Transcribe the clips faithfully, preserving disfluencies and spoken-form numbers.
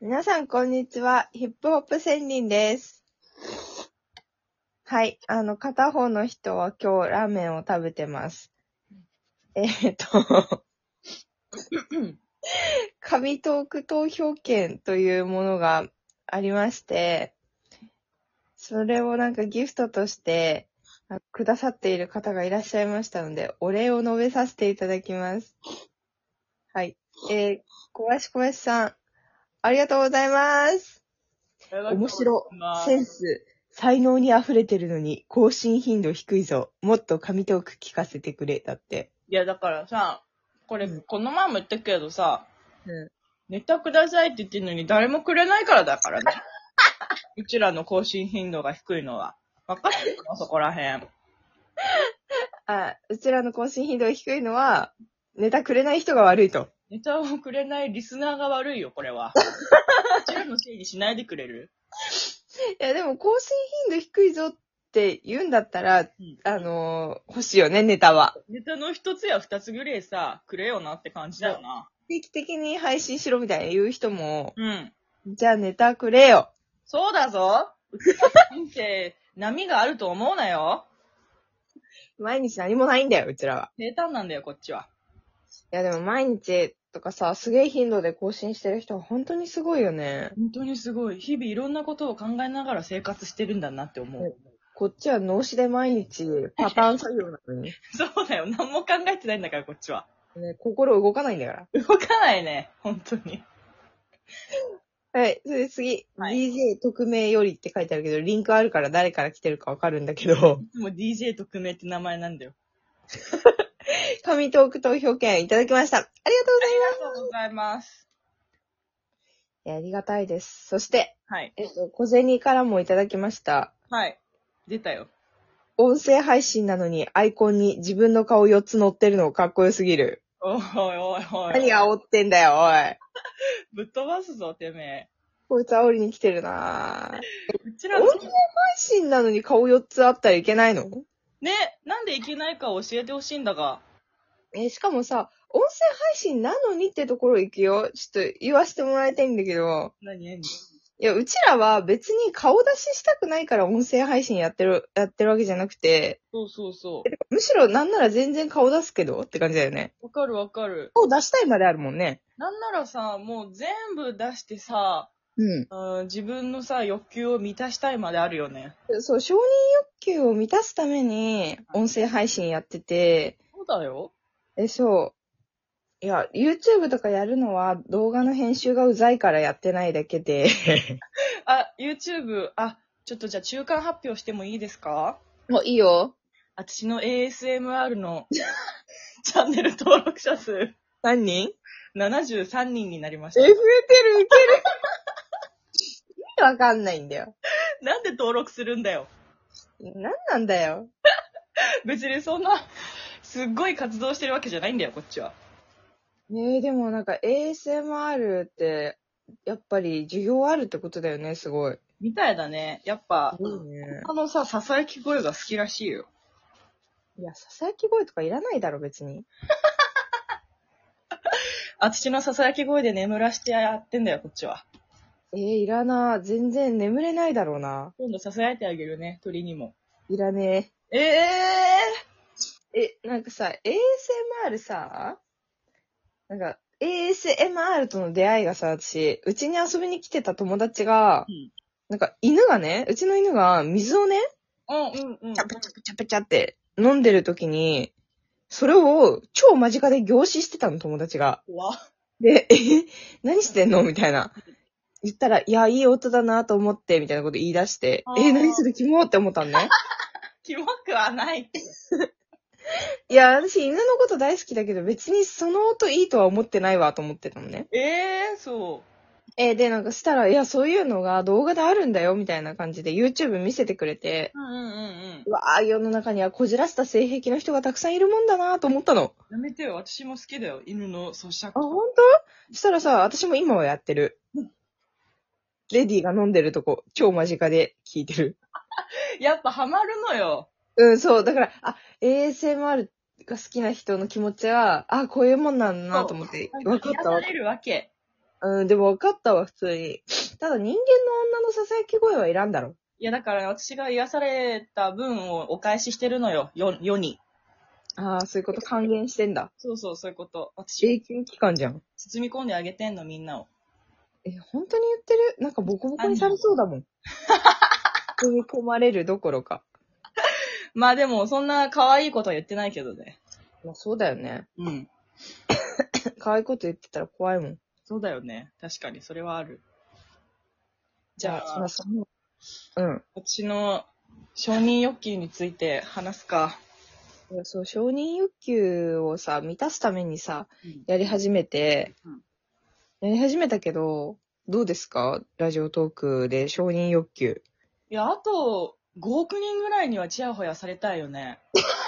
皆さん、こんにちは。ヒップホップ仙人です。はい。あの、片方の人は今日ラーメンを食べてます。えーっと、神トーク投票券というものがありまして、それをなんかギフトとしてあくださっている方がいらっしゃいましたので、お礼を述べさせていただきます。はい。えー、小林小林さん、ありがとうございます。面白、センス、才能に溢れてるのに更新頻度低いぞ。もっと神トーク聞かせてくれ。だって。 いや、だからさ、これ、 うんこの前も言ったけどさ、 うん。 ネタくださいって言ってるのに誰もくれないからだからね。うちらの更新頻度が低いのは。分かってるのそこらへん。 あ、うちらの更新頻度が低いのは、ネタくれない人が悪いと。 ネタをくれないリスナーが悪いよ、これは。うちらのせいにしないでくれる？ いや、でも更新頻度低いぞって言うんだったら、 うん、 あのー、欲しいよね、ネタは。 ネタの一つや二つぐらいさ、くれよなって感じだよな。 定期的に配信しろみたいな言う人も、 うん。 じゃあネタくれよ。 そうだぞ。うちらの人生、波があると思うなよ。 毎日何もないんだよ、うちらは。 平坦なんだよ、こっちは。 いや、でも毎日とかさ、すげえ頻度で更新してる人は本当にすごいよね。 本当にすごい。日々いろんなことを考えながら生活してるんだなって思う。 こっちは脳死で毎日パターン作業なのに。 そうだよ。何も考えてないんだから、こっちは。 ね、心動かないんだから。 動かないね。本当に。 はい。それで次、 はい、 ディージェー 匿名よりって書いてあるけど、リンクあるから誰から来てるかわかるんだけど。 いつも ディージェー 特命って名前なんだよ。 神トーク投票券いただきました。ありがとうございます。 ありがとうございます。 いや、ありがたいです。そして、 はい。 えっと、小銭からもいただきました。 はい。出たよ。 音声配信なのにアイコンに自分の顔よっつ載ってるのかっこよすぎる。 おいおいおい。 何煽ってんだよ、おい。 ぶっ飛ばすぞ、てめえ。 こいつ煽りに来てるなぁ。 うちらの、 音声配信なのに顔よっつあったらいけないの？ ね、なんでいけないか教えてほしいんだが。 え、しかもさ、音声配信なのにってところ行くよ。ちょっと言わせてもらいたいんだけど。 何何いや、うちらは別に顔出ししたくないから音声配信やってる、やってるわけじゃなくて、 そうそうそむしろなんなら全然顔出すけどって感じだよね。 う。わかるわかる。 顔出したいまであるもんね。 なんならさ、もう全部出してさ、 うん。 うん、自分のさ、欲求を満たしたいまであるよね。 そう、承認欲求を満たすために音声配信やってて、 そうだよ。 え、そう。いや、YouTube とかやるのは動画の編集がうざいからやってないだけで。 あ、YouTube、あ、ちょっとじゃあ中間発表してもいいですか？ もういいよ。 私の エーエスエムアール のチャンネル登録者数何人ななじゅうさんにんになりましえ、 た。 増えてる、いける。意味わかんないんだよ。 なんで登録するんだよ。 なんなんだよ。 別にそんな、すっごい活動してるわけじゃないんだよ、こっちは。 ねえ、でもなんか エーエスエムアール って、やっぱり需要あるってことだよね、すごい。 みたいだね。やっぱ、 すごいね。 あのさ、囁き声が好きらしいよ。 いや、囁き声とかいらないだろ、別に。 私の囁き声で眠らしてやってんだよ、こっちは。 えー、いらな。全然眠れないだろうな。 今度囁いてあげるね、鳥にも。 いらねえええ。え、なんかさ、エーエスエムアール さ、なんか、エーエスエムアール との出会いがさ、私、うちに遊びに来てた友達が、 うん。 なんか犬がね、うちの犬が水をね、 うんうんうん。 チャプチャプチャプチャって飲んでる時に、それを超間近で凝視してたの、友達が。 わ。 で、え、何してんのみたいな。言ったら、いや、いい音だなと思って、みたいなこと言い出して、え、何それキモって思ったのね。 キモくはないって。 いや、私犬のこと大好きだけど、別にその音いいとは思ってないわと思ってたのね。 ええー、そう。 えーで、なんかしたら、いや、そういうのが動画であるんだよ、みたいな感じで YouTube 見せてくれて、 うんうんうんうん。 うわー、世の中にはこじらせた性癖の人がたくさんいるもんだなと思ったの。 やめてよ、私も好きだよ、犬の咀嚼。 あ、ほんと？そしたらさ、私も今はやってる。レディが飲んでるとこ、超間近で聞いてる。 やっぱハマるのよ。 うん、そう。だから、あ、エーエスエムアール が好きな人の気持ちは、あ、こういうもんなんだなと思って、わかったわ。 癒されるわけ。 うん、でも分かったわ、普通に。ただ人間の女の囁き声はいらんだろ。 いや、だから私が癒された分をお返ししてるのよ、世、世に。 ああ、そういうこと還元してんだ。 そうそう、そういうこと。私を永久期間じゃん。 包み込んであげてんの、みんなを。 え、本当に言ってる？なんかボコボコにされそうだもん。包み込まれるどころか。 まあでも、そんな可愛いことは言ってないけどね。 まあそうだよね。 うん。 可愛いこと言ってたら怖いもん。 そうだよね。確かに、それはある。じゃあ、 まあその、うん。 私の承認欲求について話すか。 いや、そう、承認欲求をさ、満たすためにさ、 うんやり始めて、 うんやり始めたけど、どうですか？ラジオトークで承認欲求。 いや、あとごおく人ぐらいにはチヤホヤされたいよね。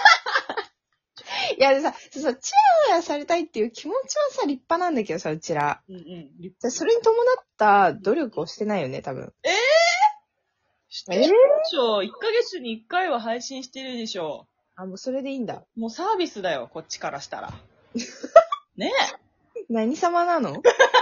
いや、でさ、そうそう、チヤホヤされたいっていう気持ちはさ、立派なんだけどさ、うちら。 うんうん。立じゃそれに伴った努力をしてないよね、多分。 えぇ、ー、してるでしょ。いっかげつにいっかいは配信してるでしょ。 あ、もうそれでいいんだ。 もうサービスだよ、こっちからしたら。ねえ。 何様なの？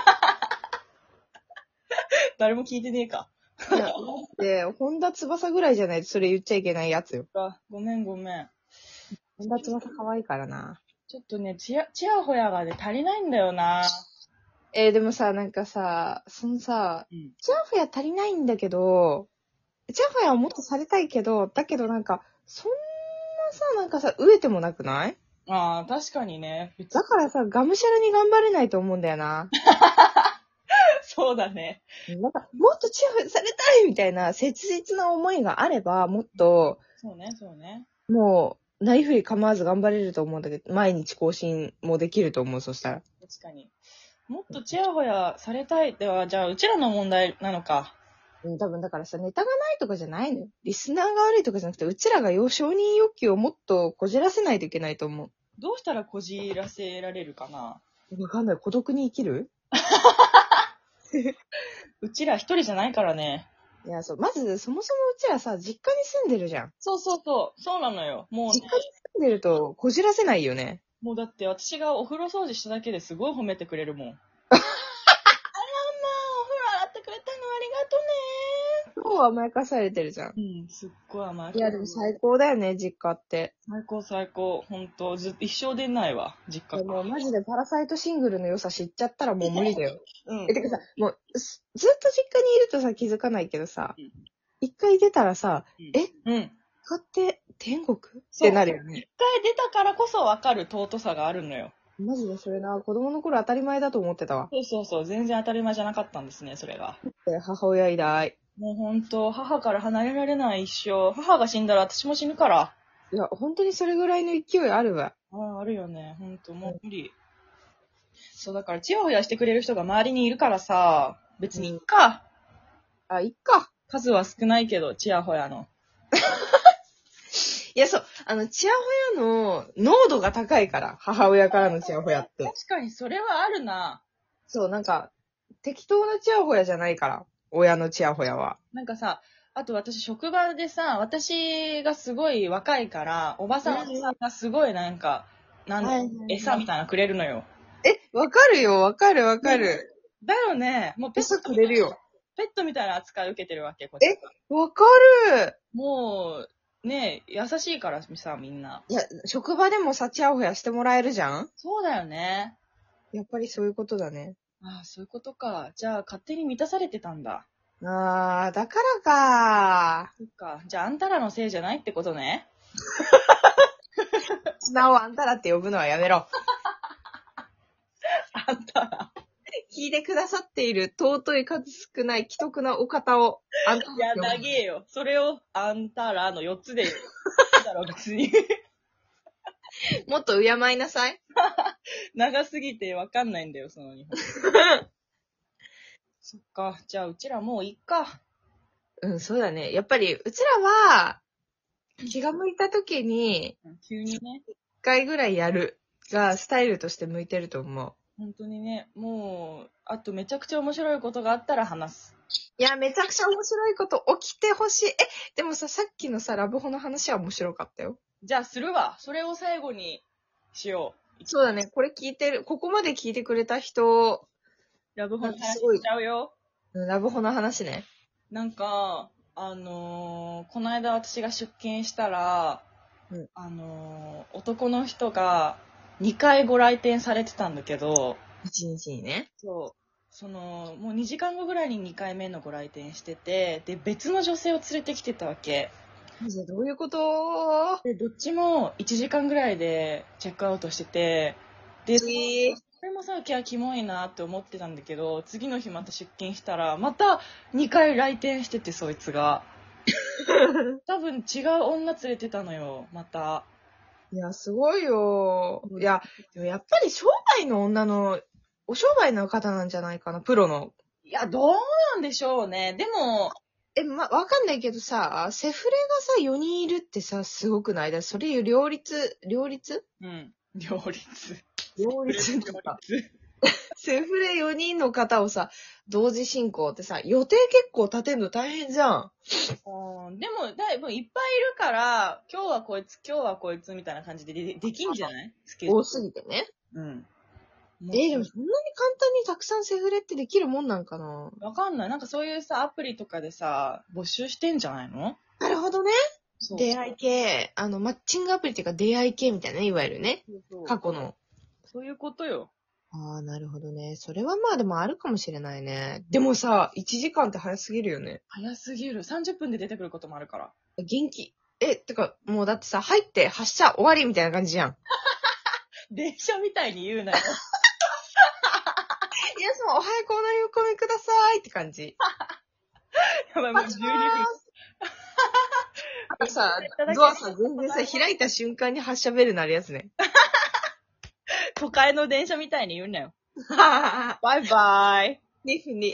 誰も聞いてねえか。 いや、で、本田翼ぐらいじゃないとそれ言っちゃいけないやつよ。 あ、ごめんごめん。 本田翼可愛いからな。 ちょっとね、チヤ、チヤホヤがね、足りないんだよな。 えーでもさ、なんかさ、そのさ、 うん。 チヤホヤ足りないんだけど、チヤホヤはもっとされたいけど、だけどなんか、そんなさ、なんかさ、飢えてもなくない？ ああ、確かにね。 だからさ、がむしゃらに頑張れないと思うんだよな。 そうだね。 なんか、もっとチヤホヤされたいみたいな切実な思いがあれば、もっと、 そうね、そうね。 もう、なりふり構わず頑張れると思うんだけど、毎日更新もできると思う、そしたら。 確かに。もっとチヤホヤされたい。では、じゃあ、うちらの問題なのか。 うん、多分だからさ、ネタがないとかじゃないのよ。リスナーが悪いとかじゃなくて、うちらが承認欲求をもっとこじらせないといけないと思どうしたらこじらせられるかな。 う。わかんない。孤独に生きる？ うちら一人じゃないからね。 いや、そう。まず、そもそもうちらさ、実家に住んでるじゃん。 そうそうそう。そうなのよ。もうね実、家に住んでると、こじらせないよね。 もうだって私がお風呂掃除しただけですごい褒めてくれるもん。あらまあ、お風呂洗ってくれたのありがと今日甘やかされてるじゃん。 ね。うん、すっごい甘い。 いや、でも最高だよね、実家って。 最高最高。ほんと、ずっと一生出ないわ、実家でから。 もマジでパラサイトシングルの良さ知っちゃったらもう無理だよ。 うんえ、。てかさ、もう、すずっと実家にいるとさ、気づかないけどさうん、 一回出たらさ、え、 うん。 使って天国っそうてなるよね。 一回出たからこそ分かる尊さがあるのよ。 マジでそれな、子供の頃当たり前だと思ってたわ。 そうそうそう、全然当たり前じゃなかったんですね、それが。 で母親偉大。 もうほんと、母から離れられない一生。母が死んだら私も死ぬから。 いや、本当にそれぐらいの勢いあるわ。 ああ、あるよね。ほんと、もう無理。そう、だから、チヤホヤしてくれる人が周りにいるからさ、別にいっか。 あ、いっか。 数は少ないけど、チヤホヤの。 いや、そう、あの、チヤホヤの濃度が高いから、母親からのチヤホヤって。 確かに、それはあるな。 そう、なんか、適当なチヤホヤじゃないから、親のチヤホヤは。 なんかさ、あと私、職場でさ、私がすごい若いから、おばさんがすごいなんか、なんだ、 はいはいはい餌みたいなのくれるのよ。 え、わかるよ、わかるわかる。 だよね。もうペッ餌トくれるよ。 ペットみたいな扱い受けてるわけ、こっち。 え、わかる。 もう、ねえ、優しいからさ、みんな。 いや、職場でもさ、チヤホヤしてもらえるじゃん？ そうだよね。 やっぱりそういうことだね。 ああ、そういうことか。じゃあ、勝手に満たされてたんだ。 あー、だからかそっか。じゃあ、あんたらのせいじゃないってことね。 ー。砂をあんたらって呼ぶのはやめろ。 あんたら。 聞いてくださっている尊い数少ない既得なお方を、あんたらいや、 って呼ぶ長えよ。それを、あんたらのよっつで言う。だろ、別に。 もっと敬いなさい。 長すぎてわかんないんだよ、その日本。そっか。じゃあ、うちらもういっか。 うん、そうだね。やっぱり、うちらは、気が向いた時に、 急にね。 一回ぐらいやるが、スタイルとして向いてると思う。 本当にね、もう、あとめちゃくちゃ面白いことがあったら話す。 いや、めちゃくちゃ面白いこと起きてほしい。え、でもさ、さっきのさ、ラブホの話は面白かったよ。 じゃあ、するわ。それを最後にしよう。 そうだね。これ聞いてる、ここまで聞いてくれた人ラブホの話なんかすごいしちゃうよ。 ラブホの話ね。 なんか、あのー、この間私が出勤したら、 うんあのー、男の人がにかいご来店されてたんだけど、 一日にね。 そう。その、もうにじかんごぐらいににかいめのご来店してて、で、別の女性を連れてきてたわけ。 マジでどういうこと？ で、どっちもいちじかんぐらいでチェックアウトしてて、で、そ次。 れもさ、キャキモいなって思ってたんだけど、次の日また出勤したら、またにかい来店してて、そいつが。多分違う女連れてたのよ、また。 いや、すごいよ。いや、でもやっぱり商売の女の、お商売の方なんじゃないかな、プロの。 いや、どうなんでしょうね。でも、 え、ま、わかんないけどさ、セフレがさ、よにんいるってさ、すごくない？だそれ両立、両立うん。両立。 両立とか。 両立。 セフレよにんの方をさ、同時進行ってさ、予定結構立てるの大変じゃん。 うんでも、だいぶいっぱいいるから、今日はこいつ、今日はこいつみたいな感じででできんじゃないスケジュール。 多すぎてね。 うん。 えーでもそんなに簡単にたくさんセフレってできるもんなんかな？ わかんない。なんかそういうさ、アプリとかでさ、募集してんじゃないの？ なるほどね。 そう出会い系、あの、マッチングアプリっていうか出会い系みたいなね、いわゆるね。 そうそう過去の。 そういうことよ。 ああ、なるほどね。それはまあでもあるかもしれないね。でもさ、いちじかんって早すぎるよね。 早すぎる。さんじゅっぷんで出てくることもあるから。 元気。え、てか、もうだってさ、入って発射終わりみたいな感じじゃん。 電車みたいに言うなよ。 いや、そう、お早くお乗り込みくださいって感じ。 やばい、もうじゅうにふん。 なんかさ、ドアさ、全然さ、開いた瞬間に発射ベル鳴るやつね。 都会の電車みたいに言うなよ。バイバイ。 にふんに